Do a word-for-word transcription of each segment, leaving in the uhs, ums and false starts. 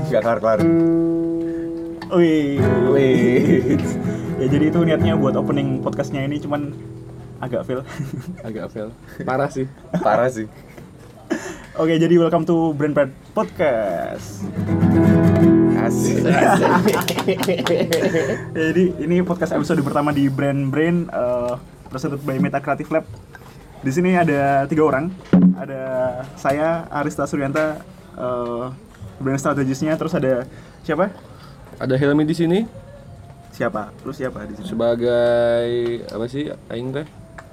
Gak kelar-kelar. Wih, wih. Ya jadi itu niatnya buat opening podcastnya ini, cuman agak fail. Agak fail. Parah sih. Parah sih. Oke, jadi welcome to Brain Pad Podcast. Asik. Ya, jadi ini podcast episode pertama di Brain Brain uh, presented by Meta Creative Lab. Di sini ada tiga orang. Ada saya Arista Suryanta, uh, brand strategisnya. Terus ada siapa? Ada Helmi di sini Siapa? Terus siapa di sini? sebagai apa sih aing teh?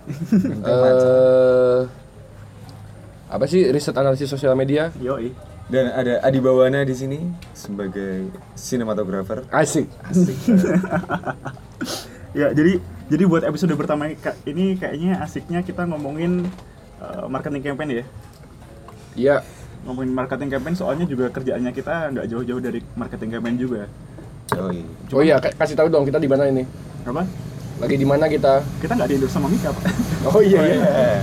Eh apa sih riset analisis sosial media? Yoi. Dan ada Adi Bawana di sini sebagai sinematografer. Asik. Asik. Ya, jadi jadi buat episode pertama ini kayaknya asiknya kita ngomongin uh, marketing campaign ya. Iya. Ngomongin marketing campaign soalnya juga kerjaannya kita nggak jauh-jauh dari marketing campaign juga. Oh iya. Oh iya, k- kasih tahu dong kita di mana ini? Apa? Lagi di mana kita? Kita nggak di-endorse sama Mika, Pak. Oh iya. Oh, iya. iya.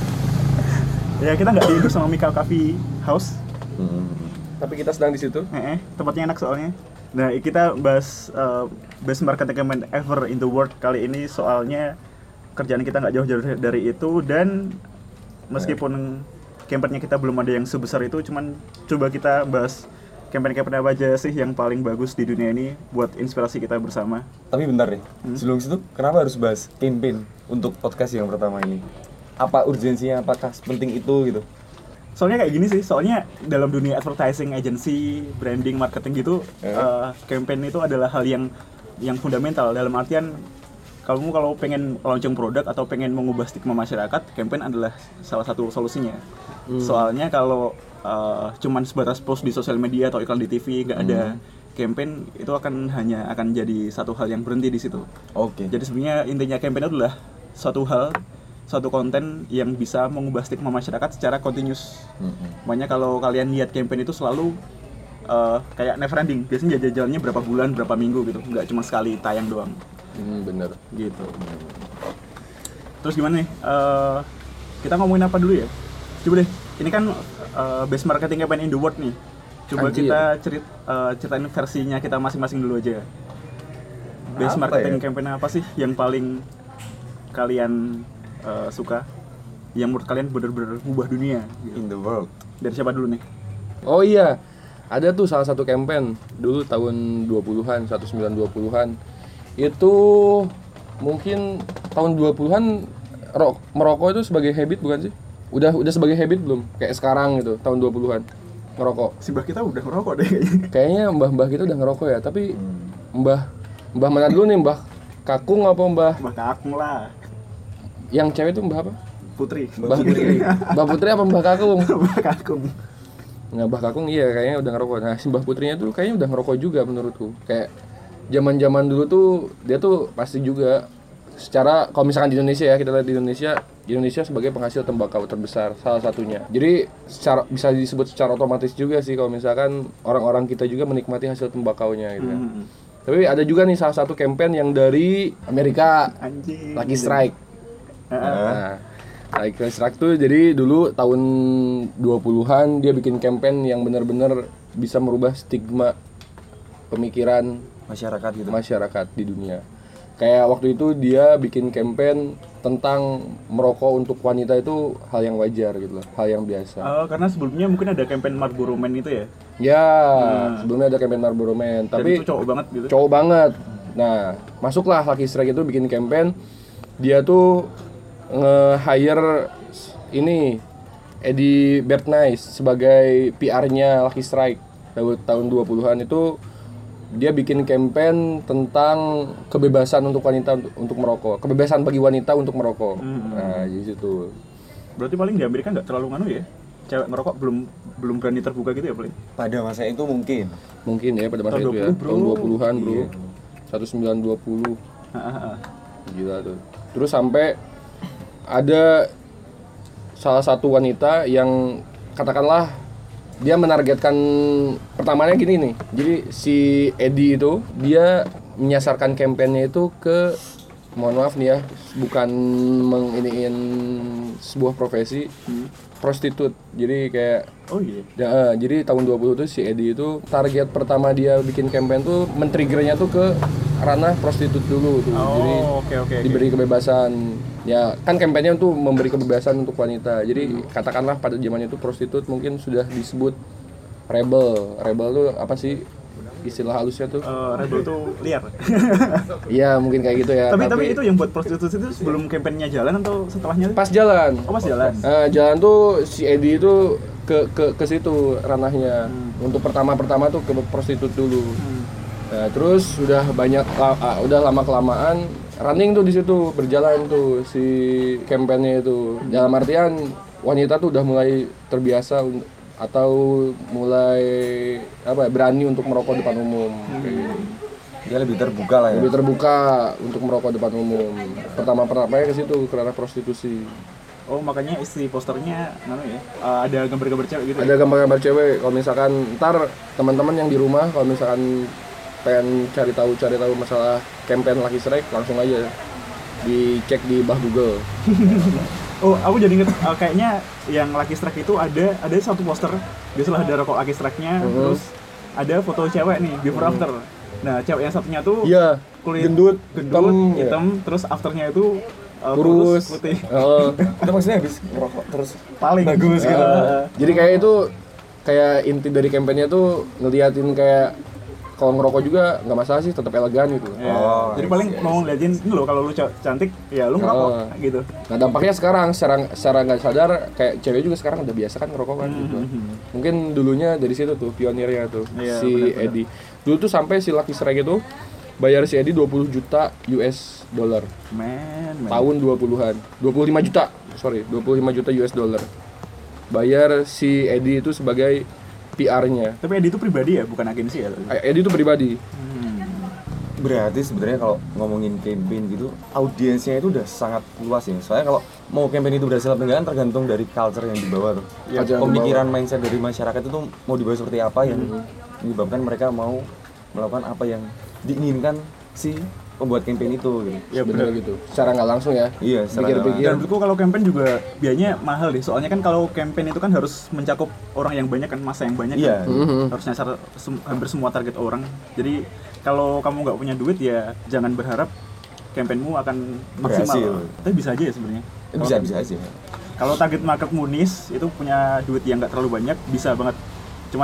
Ya, kita nggak di-endorse sama Mika Coffee House. Hmm. Tapi kita sedang di situ. Eh, eh, tempatnya enak soalnya. Nah, kita bahas uh, best marketing campaign ever in the world kali ini, soalnya kerjaan kita nggak jauh-jauh dari itu, dan meskipun campaign-nya kita belum ada yang sebesar itu, cuman coba kita bahas campaign-campaign apa aja sih yang paling bagus di dunia ini buat inspirasi kita bersama. Tapi bentar deh. Hmm? Sebelum situ, kenapa harus bahas campaign untuk podcast yang pertama ini? Apa urgensinya? Apakah penting itu gitu? Soalnya kayak gini sih, soalnya dalam dunia advertising agency, branding, marketing gitu, Eh. uh, campaign itu adalah hal yang yang fundamental. Dalam artian, kamu kalau pengen launching produk atau pengen mengubah stigma masyarakat, campaign adalah salah satu solusinya. Hmm. Soalnya kalau uh, cuman sebatas post di sosial media atau iklan di T V, nggak ada campaign, itu akan hanya akan jadi satu hal yang berhenti di situ. Oke. Jadi sebenarnya intinya campaign itu adalah suatu hal, suatu konten yang bisa mengubah stigma masyarakat secara continuous. Mm-mm. Makanya kalau kalian lihat campaign itu selalu uh, kayak never ending. Biasanya jalan-jalannya berapa bulan, berapa minggu gitu. Nggak cuma sekali tayang doang. Hmm, bener. Gitu. Terus gimana nih? Uh, kita ngomongin apa dulu ya? Coba deh. Ini kan uh, best marketing campaign in the world nih. Coba Anjir. kita cerit, uh, ceritain versinya kita masing-masing dulu aja. Best Apa marketing ya? campaign apa sih yang paling kalian uh, suka? Yang menurut kalian bener-bener ubah dunia gitu. In the world. Dari siapa dulu nih? Oh iya. Ada tuh salah satu campaign dulu tahun dua puluhan, sembilan belas dua puluhan. Itu mungkin tahun dua puluhan ro- merokok itu sebagai habit bukan sih? Udah udah sebagai habit belum? Kayak sekarang gitu, tahun dua puluhan. Ngerokok. Si Mbah kita udah ngerokok deh kayaknya. Kayaknya mbah-mbah kita udah ngerokok ya, tapi Hmm. mbah mbah mana dulu nih, mbah Kakung apa mbah Mbah Kakung lah. yang cewek itu mbah apa? Putri. Mbah Putri. Mbah Putri apa mbah Kakung? Mbah Kakung. Nggak, Mbah Kakung iya kayaknya udah ngerokok. Nah, si Mbah Putrinya tuh kayaknya udah ngerokok juga menurutku. Kayak zaman-zaman dulu tuh dia tuh pasti juga secara kalau misalkan di Indonesia ya, kita lihat di Indonesia, di Indonesia sebagai penghasil tembakau terbesar salah satunya. Jadi secara bisa disebut secara otomatis juga sih kalau misalkan orang-orang kita juga menikmati hasil tembakaunya gitu kan. Hmm. Tapi ada juga nih salah satu campaign yang dari Amerika, Anjing. Lucky Strike. Heeh. Nah, Lucky Strike tuh jadi dulu tahun dua puluhan dia bikin campaign yang benar-benar bisa merubah stigma pemikiran Masyarakat gitu. masyarakat di dunia. Kayak waktu itu dia bikin campaign tentang merokok untuk wanita itu hal yang wajar gitu loh, hal yang biasa. Oh, karena sebelumnya mungkin ada campaign Marlboro Man itu ya. Ya, Hmm. sebelumnya ada campaign Marlboro Man, Dan tapi itu cowok banget gitu. cowok banget. Nah, masuklah Lucky Strike itu bikin campaign. Dia tuh nge-hire ini Eddie Bernice sebagai P R-nya Lucky Strike. Tahun dua puluhan itu dia bikin campaign tentang kebebasan untuk wanita untuk, untuk merokok, kebebasan bagi wanita untuk merokok. Hmm. Nah, di situ. Berarti paling di Amerika nggak terlalu nganu ya? Cewek merokok belum belum berani terbuka gitu ya paling. Pada masa itu mungkin. Mungkin ya pada masa Tahun itu ya, dua puluh, bro. tahun dua puluhan, Bro. Iya. sembilan belas dua puluh. Heeh. Gila tuh. Terus sampai ada salah satu wanita yang katakanlah dia menargetkan pertamanya gini nih. Jadi si Eddie itu dia menyasarkan kampanyenya itu ke mohon maaf nih ya, bukan menginiin sebuah profesi, prostitut. Jadi kayak Oh iya. ya, eh, jadi tahun dua puluh tuh si Edi itu target pertama dia bikin campaign tuh men-triggernya tuh ke ranah prostitut dulu tuh. Jadi Oh, oke oke. oke. diberi kebebasan. Ya, kan kampanyenya tuh memberi kebebasan untuk wanita. Jadi katakanlah pada zaman itu prostitut mungkin sudah disebut rebel. Rebel tuh apa sih istilah halusnya tuh? Eh, rebel tuh liar. Iya, mungkin kayak gitu ya. tapi, tapi itu yang buat prostitusi itu sebelum kampanyenya jalan atau setelahnya? pas jalan. Oh pas jalan. Nah, jalan tuh si Edi itu ke ke ke situ ranahnya. Untuk pertama-pertama tuh ke prostitut dulu. Hmm. Nah, terus sudah banyak la- ah, udah lama kelamaan running tuh di situ, berjalan tuh si kampanyenya itu. Dalam artian wanita tuh udah mulai terbiasa un- atau mulai apa ya, berani untuk merokok depan umum. Kayak gitu. Dia lebih terbuka lah ya. Lebih terbuka untuk merokok depan umum. Pertama-pertamanya ke situ, ke ranah prostitusi. Oh makanya isi posternya mana ya? Eh, ada gambar-gambar cewek gitu. Ada gambar-gambar cewek. Kalau misalkan ntar teman-teman yang di rumah kalau misalkan pengen cari tahu cari tahu masalah campaign Lucky Strike, langsung aja dicek di bah Google. Oh, aku jadi inget uh, kayaknya yang Lucky Strike itu ada ada satu poster, biasalah ada rokok Lucky Strike-nya, Mhm. terus ada foto cewek nih before after. Nah, cewek yang satunya tuh Iya, kulit gendut, gendut, hitam, hitam, terus afternya itu uh, kurus. putih. Oh. Itu maksudnya habis ngerokok terus Paling bagus gitu. Uh, Jadi kayak itu kayak inti dari kampanyenya tuh ngeliatin kayak kalau ngerokok juga nggak masalah sih, tetap elegan gitu. ya. Oh, Jadi I paling see, I mau ngeliatin ini loh kalau lu ca- cantik ya lu ngerokok Oh. gitu. Nah dampaknya sekarang secara secara nggak sadar kayak cewek juga sekarang udah biasa kan ngerokok kan gitu. Mungkin dulunya dari situ tuh pionirnya tuh Iya, si benar-benar. Edi. Dulu tuh sampai si Lucky Strike itu bayar si Edi dua puluh juta U S dollar Men, men. tahun dua puluhan. dua puluh lima juta, sorry, dua puluh lima juta U S dollar. Bayar si Edi itu sebagai P R-nya. Tapi Edi itu pribadi ya, bukan agensi ya. Eh, Edi itu pribadi. Berarti sebenarnya kalau ngomongin campaign gitu, audiensnya itu udah sangat luas ya. Soalnya kalau mau campaign itu berhasil apa enggak kan tergantung dari culture yang dibawa tuh. Ya, culture yang Pemikiran mindset dari masyarakat itu mau dibawa seperti apa yang menyebabkan mereka mau melakukan apa yang diinginkan si pembuat campaign itu gitu. Ya Bener benar. gitu. Secara nggak langsung ya. Iya, secara Pikir-pikir. Dan menurutku kalau campaign juga biayanya mahal deh. Soalnya kan kalau campaign itu kan harus mencakup orang yang banyak kan, masa yang banyak Iya. kan. Mhm. Harus nyasar sem- hampir semua target orang. Jadi kalau kamu nggak punya duit ya jangan berharap campaignmu akan maksimal. Berhasil. Tapi bisa aja ya sebenarnya. Eh, bisa bisa aja. Kalau target marketmu niche itu punya duit yang nggak terlalu banyak bisa banget. Cuman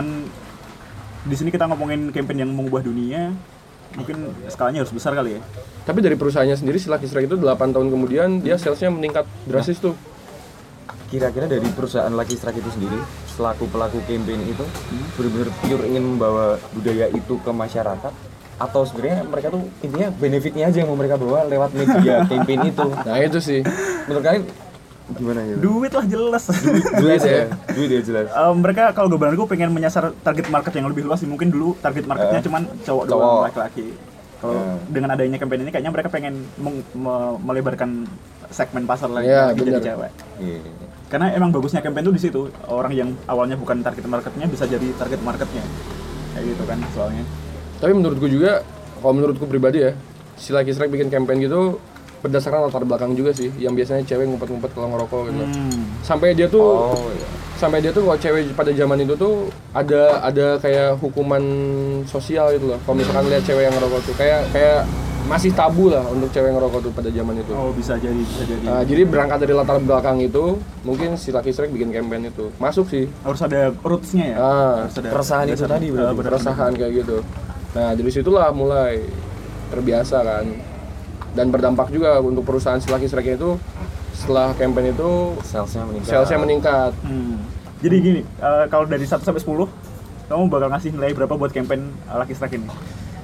di sini kita ngomongin campaign yang mengubah dunia, mungkin skalanya harus besar kali ya. Tapi dari perusahaannya sendiri si Lucky Strike itu delapan tahun kemudian dia salesnya meningkat drastis tuh. Kira-kira dari perusahaan Lucky Strike itu sendiri selaku pelaku campaign itu benar-benar pure ingin membawa budaya itu ke masyarakat atau sebenarnya mereka tuh intinya benefitnya aja yang mau mereka bawa lewat media campaign itu. Nah itu sih. Menurut kalian gimana gitu? Duit lah jelas. Duit ya, duit ya jelas. Eh, mereka kalau gambaran gue pengen menyasar target market yang lebih luas sih. Mungkin dulu target marketnya Eh, cuman cowok cowok. doang, laki-laki. Kalau Eh. dengan adanya campaign ini kayaknya mereka pengen meng- me- melebarkan segmen pasar lagi, Iya, lagi jadi bener. cewek. Iya. Karena emang bagusnya campaign tuh di situ. Orang yang awalnya bukan target marketnya bisa jadi target marketnya. Kayak gitu kan soalnya. Tapi menurutku juga, kalau menurutku pribadi ya, si Lucky Strike bikin campaign gitu berdasarkan latar belakang juga sih. Yang biasanya cewek ngumpet-ngumpet kalau ngerokok gitu. Hmm. Sampai dia tuh Oh iya. sampai dia tuh kalau cewek pada zaman itu tuh ada ada kayak hukuman sosial gitu loh. Kalau misalkan lihat cewek yang ngerokok tuh kayak kayak masih tabu lah untuk cewek yang ngerokok tuh pada zaman itu. Oh bisa jadi, bisa jadi. Nah, jadi berangkat dari latar belakang itu, mungkin si Lucky Strike bikin campaign itu masuk sih. Harus ada rootsnya ya. Ah, Harus ada keresahan itu dasar- tadi eh, berarti. bener-bener. Keresahan kayak gitu. Nah dari situlah mulai terbiasa kan, dan berdampak juga untuk perusahaan si Lucky Strike itu setelah campaign itu Salesnya meningkat. salesnya meningkat. Hmm. Jadi gini, eh, kalau dari satu sampai sepuluh, kamu bakal ngasih nilai berapa buat campaign eh, Lucky Strike ini?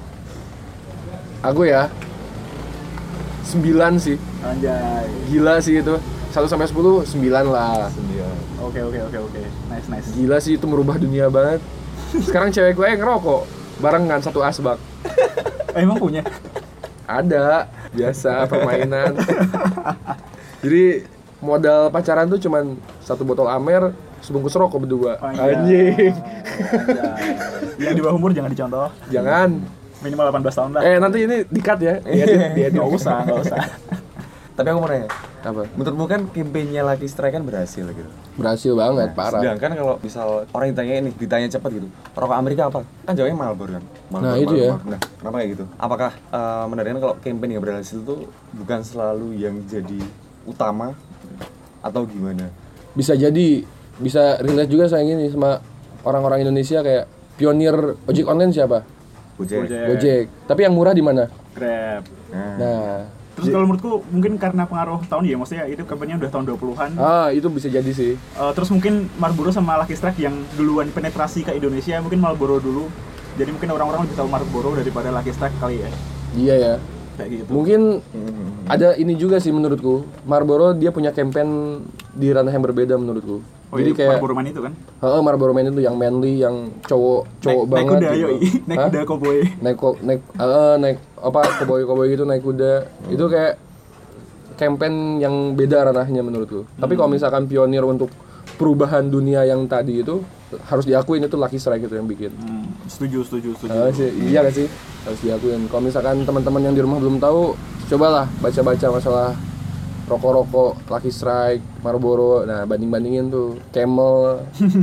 Aku ya sembilan sih, Anjay. gila sih itu. Satu sampai sepuluh, sembilan lah. Sembilan. Oke oke oke oke. Nice nice. Gila sih itu merubah dunia banget. Sekarang cewek gue ngerokok barengan satu asbak. Eh, emang punya? Ada, biasa permainan. Jadi modal pacaran tuh cuman satu botol Amer, sebungkus rokok berdua. Anjay. Anjing. Anjay. Yang di bawah umur jangan dicontoh. Jangan. Minimal delapan belas tahun lah. Eh nanti ini di-cut ya. Iya, dia Nggak usah, nggak usah. Tapi aku mau nanya, Apa? menurutmu kan kampanyenya Lucky Strike kan berhasil gitu. Berhasil banget, Nah, parah. sedangkan kalau misal orang ditanya ini, ditanya cepat gitu, rokok Amerika apa? Kan jawabnya Marlboro kan. Marlboro, Nah, itu ya. Nah, kenapa kayak gitu? Apakah uh, menandakan kalau campaign yang berhasil itu bukan selalu yang jadi utama atau gimana? Bisa jadi, bisa relate juga saya gini sama orang-orang Indonesia kayak pionir ojek online siapa? Gojek. Gojek. Gojek. Tapi yang murah di mana? Grab. Nah, Nah, Terus kalau menurutku mungkin karena pengaruh tahun ya, maksudnya itu kampanye udah tahun dua puluhan. ah itu bisa jadi sih. Uh, terus mungkin Marlboro sama Lucky Strike yang duluan penetrasi ke Indonesia, mungkin Marlboro dulu. Jadi mungkin orang-orang lebih tahu Marlboro daripada Lucky Strike kali ya. Iya ya. Kayak gitu. Mungkin hmm. ada ini juga sih menurutku. Marlboro dia punya campaign di ranah yang berbeda menurutku. Oh, Jadi iya, kayak Marlboro Man itu kan. heeh, Marlboro Man itu yang manly, yang cowok cowok naik, banget. naik kuda, gitu. yoi. Naik Hah? kuda cowboy. Naik ko- naik eh naik apa koboi-koboi gitu naik kuda. Itu kayak campaign yang beda ranahnya menurutku. Tapi kalau misalkan pionir untuk perubahan dunia yang tadi itu harus diakuin itu Lucky Strike itu yang bikin. Hmm, setuju, setuju, setuju. Ah, sih, iya gak sih? Harus diakuin. Kalau misalkan teman-teman yang di rumah belum tahu, cobalah baca-baca masalah rokok-rokok Lucky Strike, Marlboro. Nah, banding-bandingin tuh Camel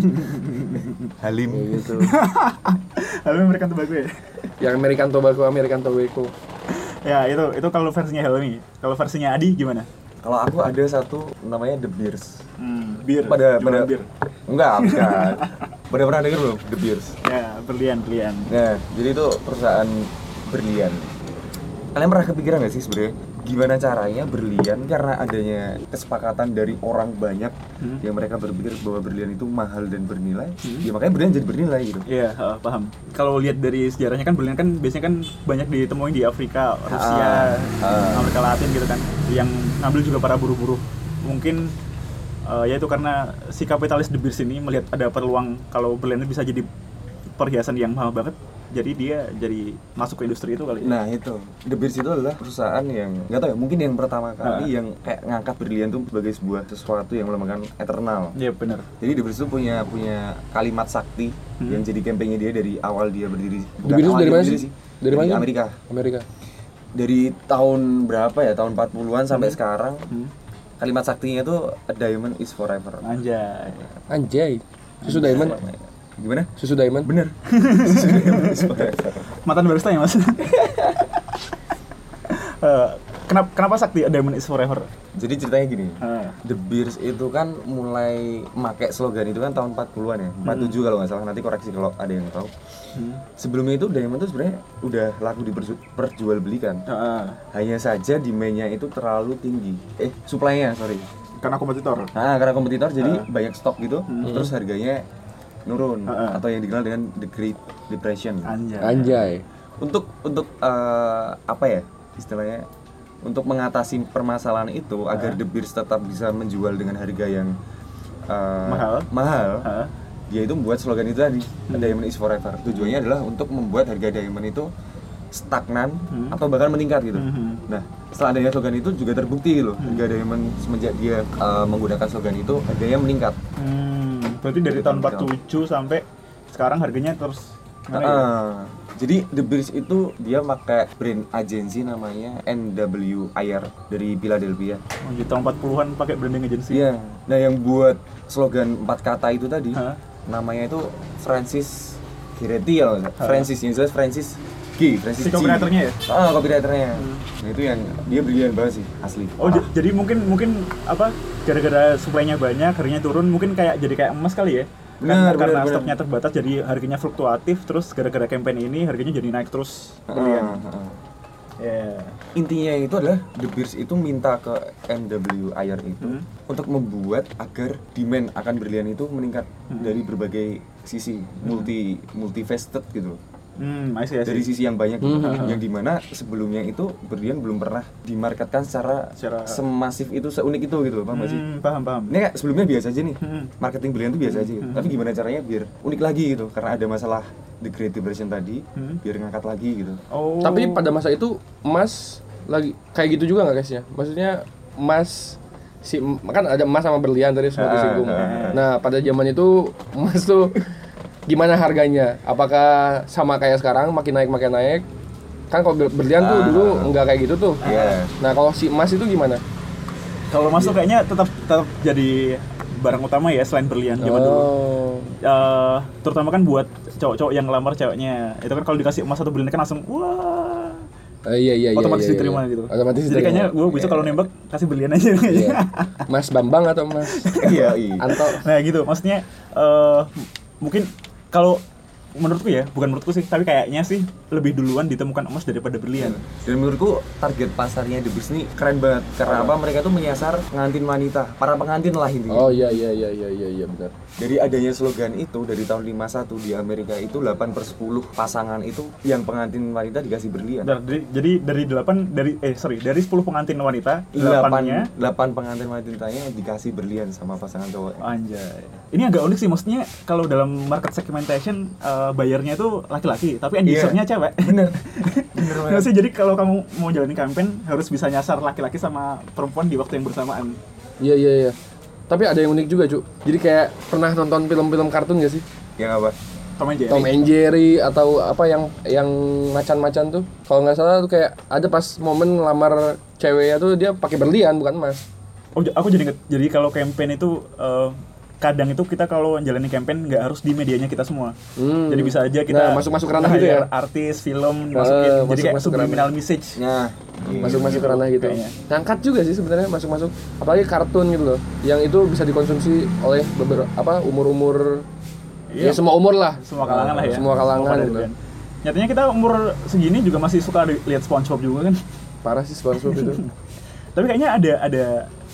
Halim. kayak gitu. Halo American Tobacco ya. Yang American Tobacco, American Tobacco. Ya itu itu kalau versinya Helmi. Kalau versinya Adi gimana? Kalau aku ada satu namanya The Beers. Hmm, bir. Pada Jualan pada bir. Enggak, bukan. Pada pernah denger belum The Beers? Ya, berlian, berlian. Nah, jadi itu perusahaan berlian. Kalian pernah kepikiran nggak sih sebenarnya gimana caranya berlian karena adanya kesepakatan dari orang banyak Hmm. yang mereka berpikir bahwa berlian itu mahal dan bernilai, ya makanya berlian jadi bernilai gitu. Iya, uh, paham. Kalau lihat dari sejarahnya kan berlian kan biasanya kan banyak ditemuin di Afrika, Rusia, ah. Amerika Latin gitu kan. Yang ngambil juga para buruh-buruh. Mungkin uh, ya itu karena si kapitalis De Beers ini melihat ada peluang kalau berlian itu bisa jadi perhiasan yang mahal banget. Jadi dia jadi masuk ke industri itu kali. Nah itu, De Beers itu adalah perusahaan yang nggak tahu ya, mungkin yang pertama kali Ah. yang kayak ngangkat berlian tuh sebagai sebuah sesuatu yang melambangkan eternal. Iya benar. Jadi De Beers itu punya punya kalimat sakti Hmm. yang jadi kampanye dia dari awal dia berdiri. De Beers awal dari dia mana berdiri sih? Dari mana? Amerika. Amerika. Dari tahun berapa ya? Tahun empat puluhan sampai sekarang. Hmm. Kalimat saktinya itu a diamond is forever. Anjay. Anjay. Susu diamond. Gimana? Susu diamond. Bener. Diamond is forever. Mantan barista ya mas? uh, kenapa kenapa sakti Diamond is Forever? Jadi ceritanya gini. Uh, The Beers itu kan mulai make slogan itu kan tahun empat puluhan ya. empat puluh tujuh kalau nggak salah, nanti koreksi kalau ada yang tahu. hmm. Sebelumnya itu diamond itu sebenarnya udah laku diperjualbelikan. uh, Hanya saja demand-nya itu terlalu tinggi. Eh, supply-nya, sorry. karena kompetitor. Nah, karena kompetitor jadi Ah. banyak stok gitu, terus harganya nurun Ah, ah. atau yang dikenal dengan the Great Depression. Anjay. Anjay. Untuk untuk eh, apa ya istilahnya? Untuk mengatasi permasalahan itu agar The Beers tetap bisa menjual dengan harga yang eh, Mahal. mahal, Uh, dia itu membuat slogan itu tadi, Diamond is Forever. Tujuannya adalah untuk membuat harga diamond itu stagnan Hmm. atau bahkan meningkat gitu. Hmm. Nah, setelah adanya slogan itu juga terbukti loh, harga diamond semenjak dia eh, menggunakan slogan itu harganya meningkat. hmm, berarti dari tahun empat puluh tujuh sampai sekarang harganya terus gimana ya? Ah, jadi The Beers itu dia pakai brand agensi namanya N W I R dari Philadelphia. Oh, di tahun empat puluhan pakai branding agency. Iya. Nah, yang buat slogan empat kata itu tadi Hah? namanya itu Francis Giretti kalau nggak salah. Francis, yang jelas Francis G, Francis Si G. copywriter-nya ya? Ah, copywriter-nya. Nah, itu yang dia brilian banget sih, asli. Oh, j- jadi mungkin mungkin apa gara-gara supply-nya banyak, harganya turun, mungkin kayak jadi kayak emas kali ya? Benar, Karena, benar, karena benar. stoknya terbatas jadi harganya fluktuatif, terus gara-gara campaign ini harganya jadi naik terus. Ah, Berlian. ah, ah. Ya. Intinya itu adalah The Beers itu minta ke N W I R itu Hmm. untuk membuat agar demand akan berlian itu meningkat Hmm. dari berbagai sisi, multi multifaceted gitu. Hmm, I see, I see. Dari sisi yang banyak gitu. Hmm. Yang dimana sebelumnya itu berlian belum pernah dimarketkan secara, Secara- semasif itu, seunik itu gitu loh, paham nggak sih? Hmm, paham, paham. Ini kayak sebelumnya biasa aja nih, Hmm. marketing berlian itu biasa aja gitu. Tapi gimana caranya biar unik lagi gitu, karena ada masalah The Great Depression tadi, Hmm. biar ngangkat lagi gitu. Oh. Tapi pada masa itu emas lagi kayak gitu juga nggak guys ya? Maksudnya emas si kan ada emas sama berlian tadi sempat Ah, disinggung. ah, ah. Nah pada zaman itu emas tuh gimana harganya? Apakah sama kayak sekarang makin naik makin naik? Kan kalau ber- berlian tuh Ah. dulu nggak kayak gitu tuh. Iya. Nah kalau si emas itu gimana? Kalau masuk kayaknya tetap tetap jadi barang utama ya selain berlian zaman dulu. Oh. Eh, terutama kan buat cowok-cowok yang ngelamar ceweknya. Itu kan kalau dikasih emas atau berlian kan langsung wah Eh, iya iya iya. otomatis iya, diterima iya. gitu. Otomatis Jadi diterima. kayaknya gue bisa kalau nembak kasih berlian aja kayaknya. Iya. Mas Bambang atau Mas Iya, iya. Anto? Nah gitu, maksudnya eh mungkin kalau menurutku ya, bukan menurutku sih, tapi kayaknya sih lebih duluan ditemukan emas daripada berlian. Dan menurutku target pasarnya The Beast ini keren banget. Karena apa? Mereka tuh menyasar pengantin wanita, para pengantin lah intinya. Oh iya iya iya iya iya iya benar. Dari adanya slogan itu dari tahun lima puluh satu di Amerika itu delapan per sepuluh pasangan itu yang pengantin wanita dikasih berlian. Bentar, dari- jadi dari delapan dari eh sorry dari sepuluh pengantin wanita, delapan-nya delapan pengantin wanitanya dikasih berlian sama pasangan cowok. anjay. Ini agak unik sih, maksudnya kalau dalam market segmentation eh, bayarnya itu laki-laki, tapi end Iya. usernya cewek. Bener. Bener Nggak banget. sih, jadi kalau kamu mau jalanin campaign harus bisa nyasar laki-laki sama perempuan di waktu yang bersamaan. Iya iya iya. Tapi ada yang unik juga, Cuk. Jadi kayak pernah nonton film-film kartun gak sih? Yang apa? Tom and Jerry. Tom and Jerry atau apa yang yang macan-macan tuh. Kalau nggak salah tuh kayak ada pas momen ngelamar ceweknya tuh dia pakai berlian bukan emas. Oh, j- aku jadi inget. Jadi kalau campaign itu eh, kadang itu kita kalau jalanin campaign nggak harus di medianya kita semua. Hmm. Jadi bisa aja kita Nah, masuk-masuk ke ranah gitu ya? artis, film, Eh, dimasukin. Jadi masuk- kayak masuk ke subliminal message. Nah, Masuk-masuk ke ranah gitu. Kayaknya. Ngangkat juga sih sebenarnya masuk-masuk. Apalagi kartun gitu loh. Yang itu bisa dikonsumsi oleh beberapa apa umur-umur Iya. ya semua umur lah. Semua kalangan lah ya. Semua kalangan pada gitu. duluan. Nyatanya kita umur segini juga masih suka di- lihat SpongeBob juga kan. Parah sih SpongeBob itu. Tapi kayaknya ada ada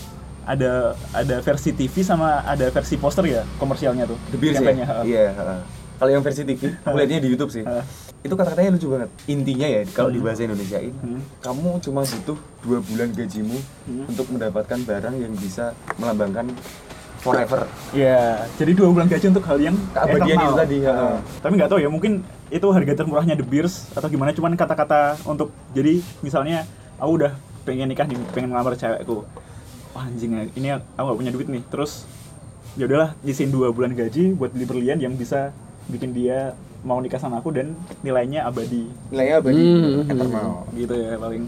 ada ada versi T V sama ada versi poster ya komersialnya tuh. The Beast campaign-nya, ya? ha. Iya. ha. Kalau yang versi T V, aku lihatnya di YouTube sih. Ha. Itu kata-katanya lucu banget. Intinya ya, kalau di bahasa Indonesiain, Hmm. kamu cuma butuh dua bulan gajimu untuk mendapatkan barang yang bisa melambangkan forever. Iya, jadi dua bulan gaji untuk hal yang Keabadian eternal. itu tadi, ha. Heeh. Tapi nggak tahu ya, mungkin itu harga termurahnya The Beers atau gimana. Cuman kata-kata untuk jadi misalnya aku udah pengen nikah nih, pengen ngelamar cewekku. Wah anjing, ini aku nggak punya duit nih. Terus ya udahlah, nyisihin dua bulan gaji buat beli berlian yang bisa bikin dia mau nikah sama aku dan nilainya abadi. Nilainya abadi, Hmm. eternal. Gitu ya paling.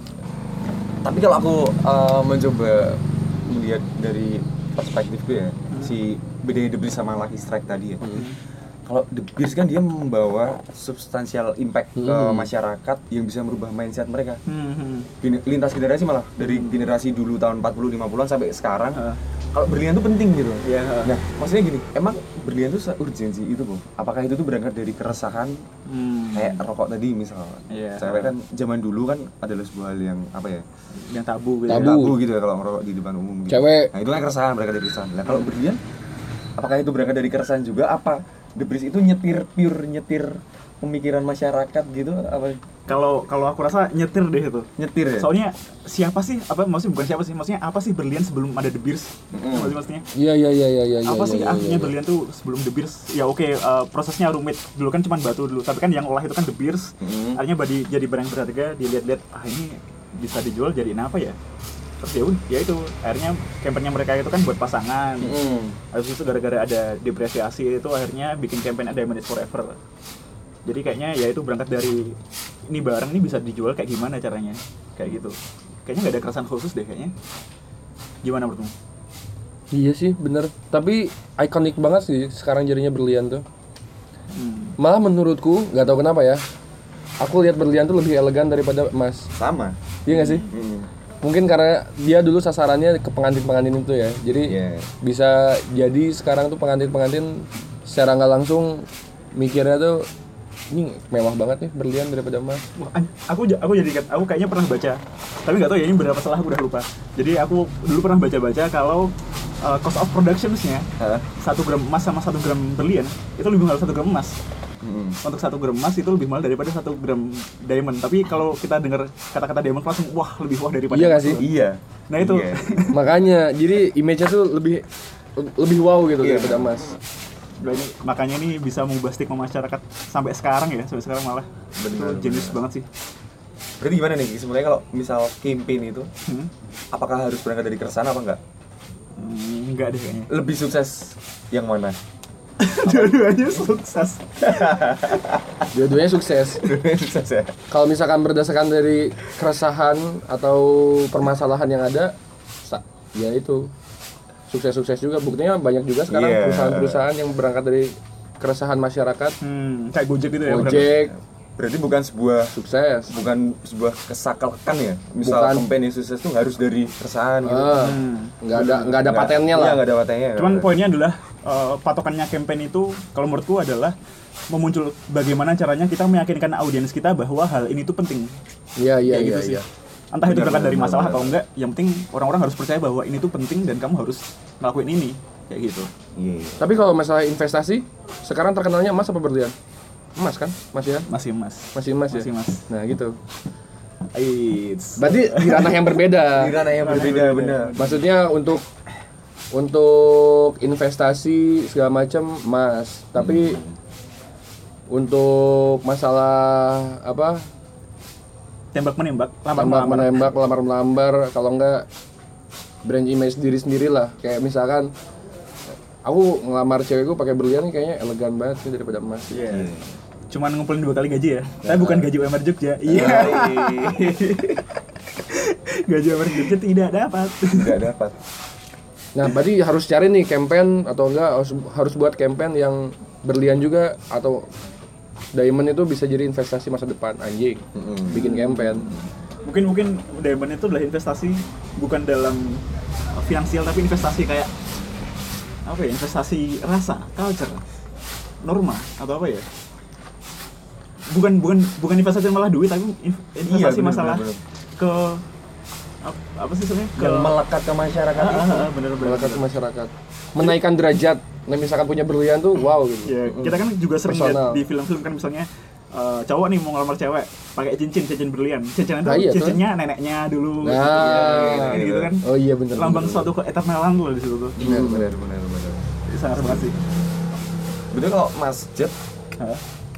Tapi kalau aku uh, mencoba melihat dari perspektifku ya, si bedanya The Beast sama Lucky Strike tadi ya. Kalau The Beast kan dia membawa substansial impact ke Hmm. masyarakat yang bisa merubah mindset mereka. Hmm, hmm. Gene- lintas generasi malah dari generasi dulu tahun empat puluh lima puluhan sampai sekarang. Heeh. Kalau berlian tuh penting gitu. Iya, heeh. Nah, maksudnya gini, emang berlian tuh urgensi itu, Bu? Apakah itu tuh berangkat dari keresahan Hmm. kayak rokok tadi misalnya? Iya. Cewek kan zaman dulu kan adalah sebuah hal yang apa ya? Yang tabu gitu. Tabu. Ya. Tabu gitu ya kalau ngerokok di depan umum gitu. Cewek. Nah, itu kan keresahan, berangkat dari keresahan. Nah, kalau berlian apakah itu berangkat dari keresahan juga apa The Beast itu nyetir pure nyetir pemikiran masyarakat gitu apa Kalau kalau aku rasa nyetir deh itu. nyetir ya? Soalnya siapa sih, apa maksudnya bukan siapa sih, maksudnya apa sih berlian sebelum ada The Beers? Mm-mm. Apa sih maksudnya? Iya iya iya iya iya. Apa iya, sih iya, artinya iya. berlian tuh sebelum The Beers? Ya oke, eh, prosesnya rumit. Dulu kan cuma batu dulu, tapi kan yang olah itu kan The Beers. Mm-mm. Artinya badi, jadi barang berharga, dilihat-lihat, ah ini bisa dijual jadiin apa ya? Terus ya udah, ya itu akhirnya campaign-nya mereka itu kan buat pasangan. Mm-mm. Habis itu gara-gara ada depresiasi itu akhirnya bikin campaign Diamond is Forever. Jadi kayaknya ya itu berangkat dari ini barang ini bisa dijual kayak gimana caranya, kayak gitu. Kayaknya nggak ada keresahan khusus deh kayaknya. Gimana menurutmu? Iya sih bener. Tapi ikonik banget sih sekarang jadinya berlian tuh. Hmm. Malah menurutku nggak tahu kenapa ya. Aku lihat berlian tuh lebih elegan daripada emas. Sama. Iya nggak sih? Mm-mm. Mungkin karena dia dulu sasarannya ke pengantin-pengantin itu ya. Jadi Iya. bisa jadi sekarang tuh pengantin-pengantin secara nggak langsung mikirnya tuh ini mewah banget nih berlian daripada emas. Wah, an- aku ja- aku jadi ingat, aku kayaknya pernah baca, tapi nggak tahu ya ini berapa salah, aku udah lupa. Jadi aku dulu pernah baca-baca kalau uh, cost of productionsnya Hah? satu gram emas sama satu gram berlian itu lebih mahal satu gram emas. Mm-mm. Untuk satu gram emas itu lebih mahal daripada satu gram diamond. Tapi kalau kita dengar kata-kata diamond langsung wah lebih wah daripada Iya nggak emas sih? tuh. Iya. Nah, itu. Iya. Makanya jadi image-nya tuh lebih lebih wow gitu Iya. daripada emas. Berarti makanya ini bisa mengubah stigma masyarakat sampai sekarang ya, sampai sekarang malah. Benar, Itu jenius benar. banget sih. Berarti gimana nih sebenarnya kalau misal campaign itu Hmm. apakah harus berangkat dari keresahan apa enggak? Hmm, enggak deh kayaknya. Lebih sukses yang mana? Dua-duanya sukses. Dua-duanya sukses. Sukses ya. Kalau misalkan berdasarkan dari keresahan atau permasalahan yang ada, sa- ya itu sukses-sukses juga. Buktinya banyak juga sekarang Iya. perusahaan-perusahaan yang berangkat dari keresahan masyarakat. Hmm, kayak Gojek gitu ya. Gojek Berarti bukan sebuah sukses. bukan sebuah kesakalakan ya. Misal Bukan. campaign yang sukses tuh harus dari keresahan gitu. Ah, Hmm. nggak ada nggak ada patennya Iya, lah. nggak ada patennya. Cuman poinnya adalah uh, patokannya campaign itu kalau menurutku adalah memuncul bagaimana caranya kita meyakinkan audiens kita bahwa hal ini tuh penting. Iya iya Kayak iya. gitu sih. iya. Entah itu Benar, berangkat dari benar, masalah benar. atau enggak, yang penting orang-orang harus percaya bahwa ini tuh penting dan kamu harus ngelakuin ini. Kayak gitu. Iya. iya. Tapi kalau masalah investasi, sekarang terkenalnya emas apa berlian? Emas kan? Masih kan? Masih emas. Masih emas ya? Masih emas. Nah gitu. Eits. Berarti di ranah yang berbeda. Di ranah yang berbeda benar. Maksudnya untuk untuk investasi segala macam emas, tapi untuk masalah apa? Tembak menembak, lamar Tembak melamar. menembak, lamar melambar, kalau enggak brand image diri sendiri lah. Kayak misalkan aku ngelamar cewekku pakai berlian kayaknya elegan banget sih daripada emas. Iya. Cuman ngumpulin dua kali gaji ya. Tapi bukan gaji U M R Jogja. Iya. Gaji U M R Jogja tidak dapat. Nggak dapat. Nah, berarti harus cari nih campaign atau enggak harus harus buat campaign yang berlian juga atau diamond itu bisa jadi investasi masa depan anjing. Bikin campaign. Mungkin mungkin diamond itu adalah investasi bukan dalam finansial tapi investasi kayak apa ya? Investasi rasa, culture, norma atau apa ya? Bukan bukan bukan investasi malah duit tapi inv- investasi Iya, bener, masalah bener, ke ap- apa sih sebenarnya? Ke Yang melekat ke masyarakat Ah, itu. ah, ah, bener bener. Melekat ke masyarakat. Menaikkan derajat. Nah, misalkan punya berlian tuh wow gitu. Ya, kita kan juga sering Personal. lihat di film-film kan misalnya eh, cowok nih mau ngelamar cewek pakai cincin cincin berlian. Cincin itu Nah, iya, tuh. cincinnya neneknya dulu. Nah, gitu, gitu, gitu kan. Oh iya bener. Lambang bener. suatu keeternalan loh di situ tuh. Benar benar benar benar. Jadi sangat banget sih. Betul kalau Mas Jet, Hah?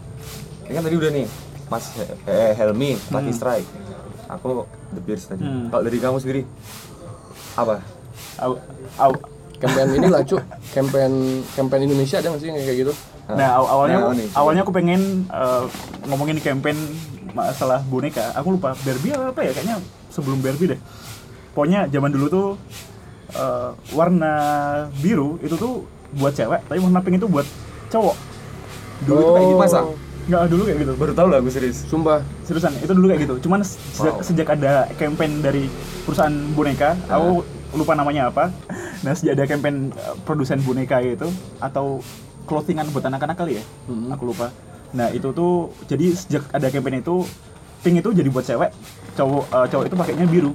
ini kan tadi udah nih Mas eh, Helmi, Lucky Hmm. Strike. Aku The Beers tadi. Hmm. Kalau dari kamu sendiri apa? Au, au. Campaign ini lah, Cuk. Campaign campaign Indonesia ada nggak sih yang kayak gitu? Nah, aw- awalnya Nah, aku, nih, coba. awalnya aku pengen eh, ngomongin campaign masalah boneka. Aku lupa Barbie apa ya, kayaknya sebelum Barbie deh. Pokoknya zaman dulu tuh eh, warna biru itu tuh buat cewek, tapi warna pink itu buat cowok. Dulu itu kayak gitu. Masa? Nggak, dulu kayak gitu. Baru tahu lah aku serius. Sumpah. Seriusan, itu dulu kayak gitu. Cuman sejak, Wow. sejak ada campaign dari perusahaan boneka, aku lupa namanya apa. Nah, sejak ada campaign uh, produsen boneka gitu atau clothingan buat anak-anak kali ya, Mhm. aku lupa. Nah, itu tuh jadi sejak ada campaign itu, pink itu jadi buat cewek, cowok uh, cowok itu pakainya biru.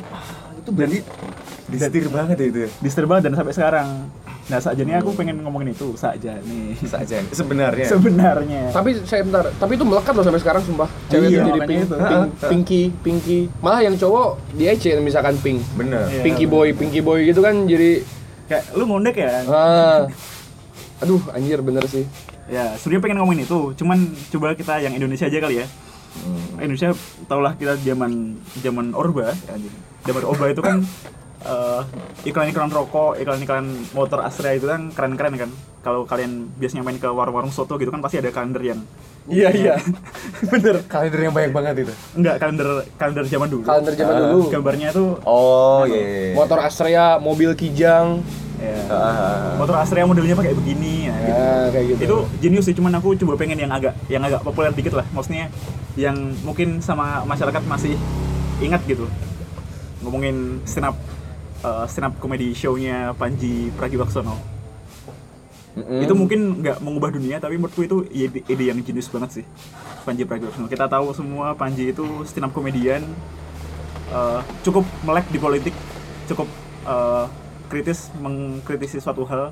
Itu berarti disetir banget ya itu. Disetir banget dan sampai sekarang. Nah, saja nih aku pengen ngomongin itu saja nih. Saja sebenarnya. Sebenarnya. Tapi saya bentar, tapi itu melekat loh sampai sekarang sumpah. Cewek Iya, tuh jadi makanya pink, itu. pink, pinky, pinky. Malah yang cowok di E C misalkan pink. Bener. Iya. Pinky boy, pinky boy gitu kan jadi Kayak lu ngondek ya. ah. Aduh, anjir bener sih. Ya, sebenarnya pengen ngomongin itu, cuman coba kita yang Indonesia aja kali ya. Hmm. Indonesia tahulah kita zaman zaman Orba, zaman Orba itu kan eh, iklan-iklan rokok, iklan-iklan motor Astra itu kan keren-keren kan. Kalau kalian biasanya main ke warung-warung soto gitu kan pasti ada kalender yang Iya, iya. bener. Kalender yang banyak banget itu. Enggak, kalender kalender zaman dulu. Kalender zaman Ah. dulu. Gambarnya tuh Oh iya. Motor Astrea, mobil Kijang. ya, Ah. motor Astrea modelnya pakai begini ya, gitu. Ya, kayak gitu. Itu jenius sih, cuman aku coba pengen yang agak yang agak populer dikit lah, maksudnya yang mungkin sama masyarakat masih ingat gitu. Ngomongin stand up uh, stand up comedy show-nya Panji Pragiwaksono. Mm-mm. Itu mungkin nggak mengubah dunia, tapi menurutku itu ide, ide yang jenius banget sih, Panji Pragiwaksono. Kita tahu semua Panji itu stand up comedian, uh, cukup melek di politik, cukup uh, kritis mengkritisi suatu hal.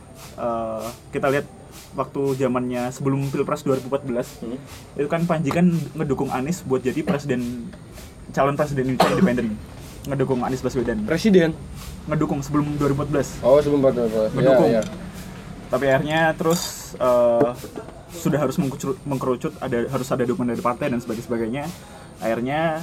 Uh, kita lihat waktu zamannya sebelum Pilpres dua ribu empat belas, Hmm. itu kan Panji kan ngedukung Anies buat jadi presiden, calon presiden Indonesia independen, ngedukung Anies Baswedan, Presiden. ngedukung sebelum dua ribu empat belas. Oh, sebelum empat belas. Mendukung. Ya, ya. Tapi akhirnya terus uh, sudah harus mengkerucut, mengkerucut, ada harus ada dukungan dari partai dan sebagainya. sebagainya. Akhirnya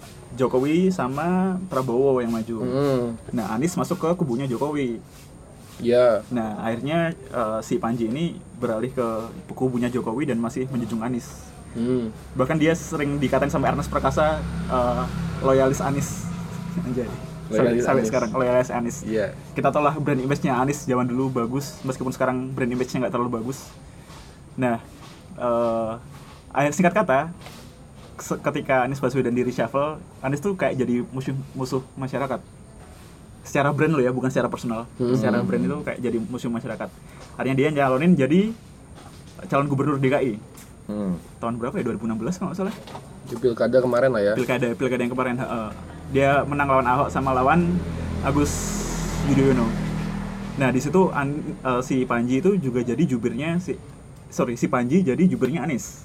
Jokowi sama Prabowo yang maju. Mm. Nah, Anies masuk ke kubunya Jokowi. Iya. Nah, akhirnya uh, si Panji ini beralih ke kubunya Jokowi dan masih menjunjung Anies. Hmm. Bahkan dia sering dikatain sampai Ernest Prakasa uh, loyalis Anies. Anjay. Sampai, Loyalis sampai Anies. sekarang loyalis Anies. Iya. Kita tahu lah brand image-nya Anies zaman dulu bagus, meskipun sekarang brand image-nya nggak terlalu bagus. Nah, uh, akhir singkat kata, se- ketika Anies Baswedan di reshuffle, Anies tuh kayak jadi musuh musuh masyarakat. Secara brand lo ya, bukan secara personal. Hmm. Secara brand itu kayak jadi musuh masyarakat. Akhirnya dia nyalonin jadi calon gubernur D K I. Hmm. Tahun berapa ya? dua ribu enam belas kalau nggak salah. Di pilkada kemarin lah ya. Pilkada, pilkada yang kemarin. heeh. Dia menang lawan Ahok sama lawan Agus Yudhoyono. Nah, di situ an- eh, si Panji itu juga jadi jubirnya si sorry, si Panji jadi jubirnya Anies.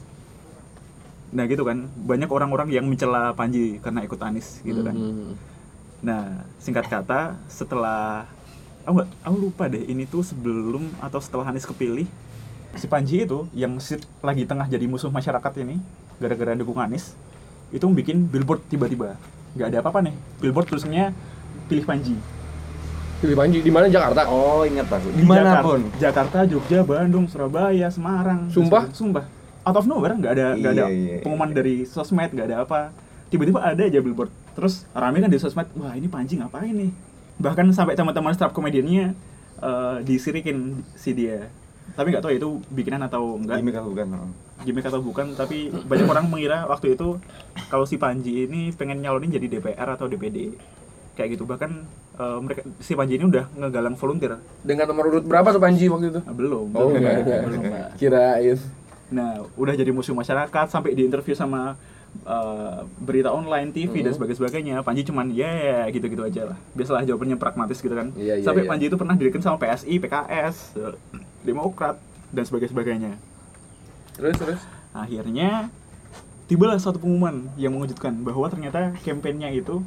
Nah, gitu kan. Banyak orang-orang yang mencela Panji karena ikut Anies gitu kan. Hmm. Nah, singkat kata, setelah aku, nggak- aku lupa deh ini tuh sebelum atau setelah Anies kepilih, si Panji itu yang sit lagi tengah jadi musuh masyarakat ini gara-gara dukung Anies, itu bikin billboard tiba-tiba. Nggak ada apa-apa nih. Billboard tulisannya pilih Panji. Pilih Panji di mana? Jakarta. Oh, ingat aku. Di Dimanapun. Jakarta, Jakarta, Jogja, Bandung, Surabaya, Semarang. Sumpah? Sumpah. Out of nowhere, nggak ada nggak ada Iya, iya, pengumuman iya. dari sosmed, nggak ada apa. Tiba-tiba ada aja billboard. Terus rame kan di sosmed, wah ini Panji ngapain nih? Bahkan sampai teman-teman stand up komediannya eh, disirikin si dia. Tapi nggak tahu ya itu bikinan atau enggak. Gimik atau bukan? Oh. Gimik atau bukan, tapi banyak orang mengira waktu itu kalau si Panji ini pengen nyalonin jadi D P R atau D P D. Kayak gitu. Bahkan eh, mereka si Panji ini udah ngegalang volunteer. Dengan nomor urut berapa tuh Panji waktu itu? Nah, belum. Oh, belum, enggak ada. belum, Pak. Kirain. Nah, udah jadi musuh masyarakat sampai diinterview sama uh, berita online, T V Hmm. dan sebagainya. Panji cuman ya yeah, gitu-gitu aja lah. Biasalah jawabannya pragmatis gitu kan. Iya, iya, sampai iya. Panji itu pernah didirikan sama P S I, P K S, eh, Demokrat dan sebagainya. Terus terus. Akhirnya tibalah suatu pengumuman yang mengejutkan bahwa ternyata kampanyenya itu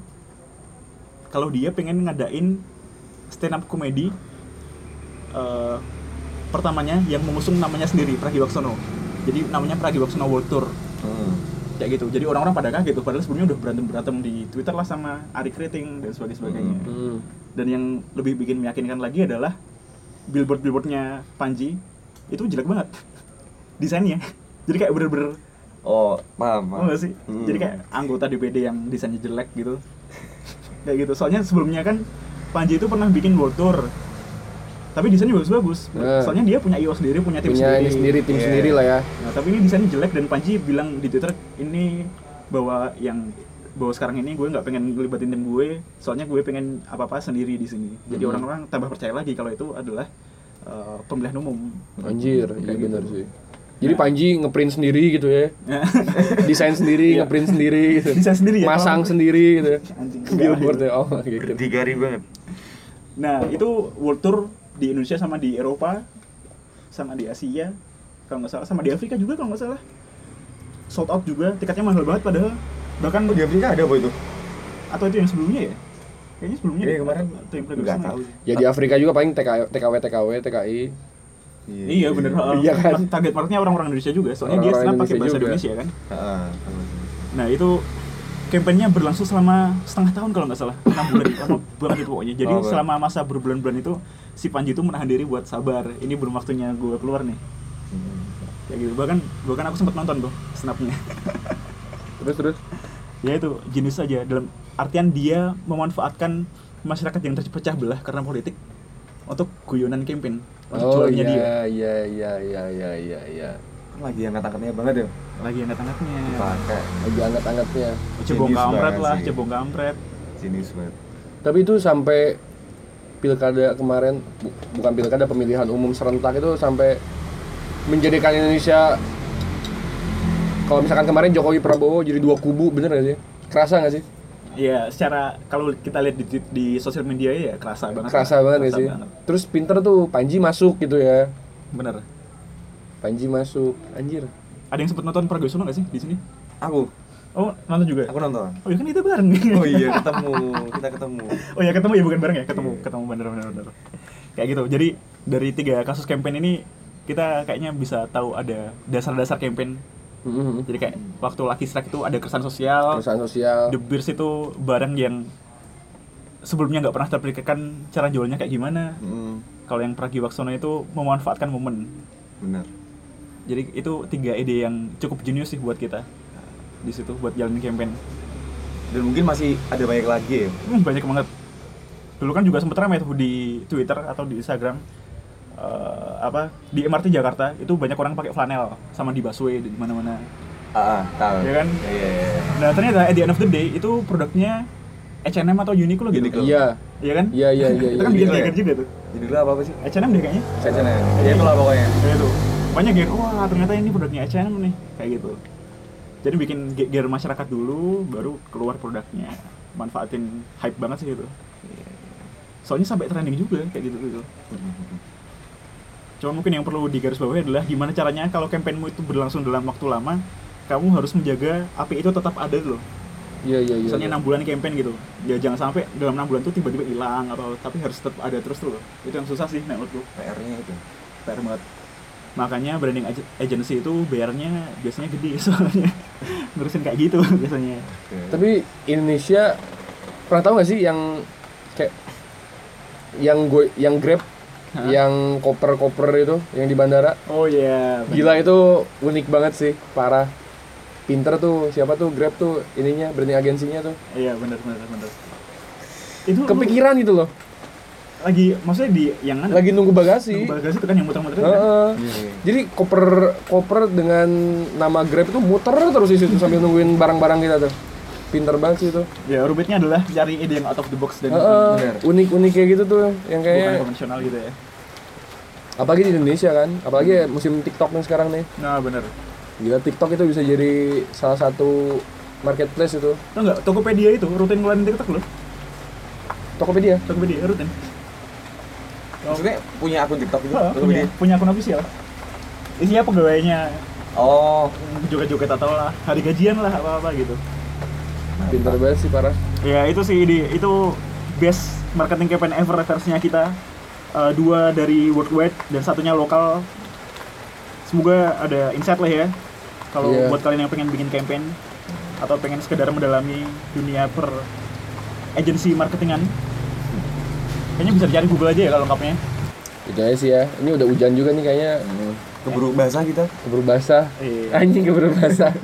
kalau dia pengen ngadain stand up comedy uh, pertamanya yang mengusung namanya sendiri Pragiwaksono. Jadi namanya Pragiwaksono World Tour. Hmm. Kayak gitu. Jadi orang-orang pada kaget tuh, padahal sebelumnya udah berantem-berantem di Twitter lah sama Ari Kriting dan sebagainya. Hmm. Dan yang lebih bikin meyakinkan lagi adalah billboard-billboardnya Panji itu jelek banget desainnya. Jadi kayak bener-bener, Oh, paham, oh paham. nggak sih? Hmm. Jadi kayak anggota D P D yang desainnya jelek gitu. Kayak gitu. Soalnya sebelumnya kan Panji itu pernah bikin world tour, tapi desainnya bagus-bagus. Nah. Soalnya dia punya I O sendiri, punya tim Punya sendiri. ini sendiri, tim Iya. sendiri lah ya. Nah, tapi ini desainnya jelek dan Panji bilang di Twitter ini bahwa yang bahwa sekarang ini gue nggak pengen ngelibatin tim gue, soalnya gue pengen apa-apa sendiri di sini. Jadi Hmm. orang-orang tambah percaya lagi kalau itu adalah uh, pemilihan umum. Anjir, iya Kayak benar gitu. sih. Jadi Panji ngeprint sendiri gitu ya. Desain sendiri, Iya. ngeprint sendiri gitu. Desain sendiri ya, Masang kalau- sendiri gitu. Anjing. Billboardnya oh gitu. Berdikari banget. Nah, itu world tour di Indonesia sama di Eropa, sama di Asia, kalau nggak salah, sama di Afrika juga kalau nggak salah. Sold out juga, tiketnya mahal banget padahal. Bahkan Oh, di Afrika ada apa itu? atau itu yang sebelumnya ya? Kayaknya sebelumnya Iya, deh, kemarin atau yang nggak Ferguson tahu ya? sih. Ya di Afrika juga paling T K W T K W T K I. Iya bener, heeh. Iya kan? Target marketnya orang-orang Indonesia juga, soalnya dia Orang-orang senang pakai Indonesia bahasa juga. Indonesia kan. Heeh, tahu sih. Nah itu kampanyenya berlangsung selama setengah tahun kalau nggak salah, enam bulan, lama banget itu pokoknya. Jadi Oh, bener. selama masa berbulan-bulan itu si Panji itu menahan diri buat sabar. Ini belum waktunya gue keluar nih. Hmm. Kayak gitu. Bahkan bahkan aku sempat nonton tuh snapnya. Terus terus. Ya itu jenius aja dalam artian dia memanfaatkan masyarakat yang terpecah belah karena politik untuk guyonan campaign. Untuk Oh jualannya dia. iya iya iya iya iya iya iya. Lagi angkat-angkatnya banget ya. Lagi angkat-angkatnya. Dipakai. Lagi anget-angetnya. Cebong Jenius kampret banget lah, sih. cebong kampret. Jenis banget. Tapi itu sampai pilkada kemarin bu- bukan pilkada pemilihan umum serentak itu sampai menjadikan Indonesia kalau misalkan kemarin Jokowi Prabowo jadi dua kubu, bener gak sih? Kerasa gak sih? Iya, secara kalau kita lihat di, di sosial media ya kerasa banget. Kerasa banget gak sih? banget. Terus pinter tuh Panji masuk gitu ya. Bener. Panji masuk, anjir. Ada yang sempat nonton Pragiwaksono nggak sih di sini? Aku, Oh, nonton juga. aku nonton. Oh, ya kan kita bareng. Oh iya, ketemu, kita ketemu. Oh ya ketemu ya bukan bareng ya, ketemu, Iya. ketemu bener bener bener. Kayak gitu. Jadi dari tiga kasus campaign ini kita kayaknya bisa tahu ada dasar-dasar campaign. Mm-hmm. Jadi kayak waktu Lucky Strike itu ada keresahan sosial. Perusahaan sosial. The Beers itu barang yang sebelumnya nggak pernah terpikirkan cara jualnya kayak gimana. Hmm. kalau yang Pragiwaksono itu memanfaatkan momen. Benar. Jadi itu tiga ide yang cukup jenius sih buat kita di situ buat jalanin campaign. Dan mungkin masih ada banyak lagi ya. Hmm, banyak banget. Dulu kan juga sempet ramai tuh di Twitter atau di Instagram, uh, apa di M R T Jakarta itu banyak orang pakai flanel sama di busway di mana-mana. Ah, ah, tahu. Ya kan? Iya, iya, iya. Nah ternyata at the end of the day itu produknya H and M atau Uniqlo gitu. Uniqlo. Iya. Iya kan? Iya iya iya. Itu iya. kan bikin Uniqlo kaget ya? juga tuh. Jadi dulu apa apa sih? H and M deh kayaknya. Saya sana. Ya itulah pokoknya. Ya itu. Banyak yang wah ternyata ini produknya H and M nih kayak gitu. Jadi bikin gear masyarakat dulu, baru keluar produknya. Manfaatin hype banget sih gitu. Soalnya sampai trending juga kayak gitu gitu. Cuma mungkin yang perlu digarisbawahi adalah gimana caranya kalau kampanyemu itu berlangsung dalam waktu lama, kamu harus menjaga api itu tetap ada loh. Iya iya iya. Misalnya enam bulan campaign gitu, ya jangan sampai dalam enam bulan tuh tiba-tiba hilang atau tapi harus tetap ada terus tuh loh. Itu yang susah sih menurutku. P R-nya itu. P R banget. Makanya branding ag- agency itu bayarnya biasanya gede soalnya ngurusin kayak gitu biasanya. Tapi Indonesia pernah tahu nggak sih yang kayak yang gue yang Grab Hah? yang koper-koper itu yang di bandara? Oh iya. Yeah, Gila itu unik banget sih, parah. Pinter tuh, siapa tuh Grab tuh ininya, branding agensinya tuh. Iya benar benar benar. Itu Kepikiran gitu loh. lagi maksudnya di yang mana? Lagi nunggu bagasi. Nunggu bagasi itu kan yang muter-muter itu kan? Heeh. Iya, iya. Jadi koper koper dengan nama Grab itu muter terus di situ sambil nungguin barang-barang kita tuh. Pinter banget sih itu. Ya rumitnya adalah cari ide yang out of the box dan Heeh. bener. Unik-unik kayak gitu tuh yang bukan kayak konvensional gitu ya. apalagi di Indonesia kan, apalagi musim TikTok nih sekarang nih. Nah benar. Gila TikTok itu bisa jadi salah satu marketplace itu. Tahu nggak Tokopedia itu rutin ngeluarin TikTok loh. Tokopedia. Tokopedia rutin. Maksudnya punya akun TikTok gitu? Oh, Atau punya, dia? punya akun official. Isinya pegawainya Oh, joget-joget atau lah hari gajian lah apa-apa gitu. Pinter banget sih parah. Ya itu sih ide itu best marketing campaign ever versinya kita. Uh, dua dari worldwide dan satunya lokal. Semoga ada insight lah ya. Kalau Iya. buat kalian yang pengen bikin campaign atau pengen sekedar mendalami dunia per agensi marketingan, kayaknya bisa dicari Google aja ya kalau lengkapnya. Itu aja sih ya. Ini udah hujan juga nih kayaknya. keburu basah kita. Keburu basah. Iya. Anjing keburu basah.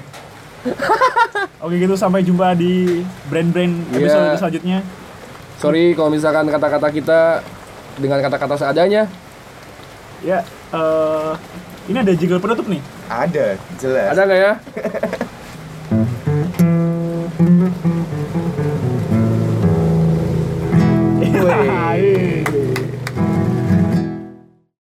Oke gitu, sampai jumpa di brand-brand Iya. episode selanjutnya. Sorry kalau misalkan kata-kata kita dengan kata-kata seadanya. Ya, eh ini ada jingle penutup nih. Ada, jelas. Ada nggak ya? Wih.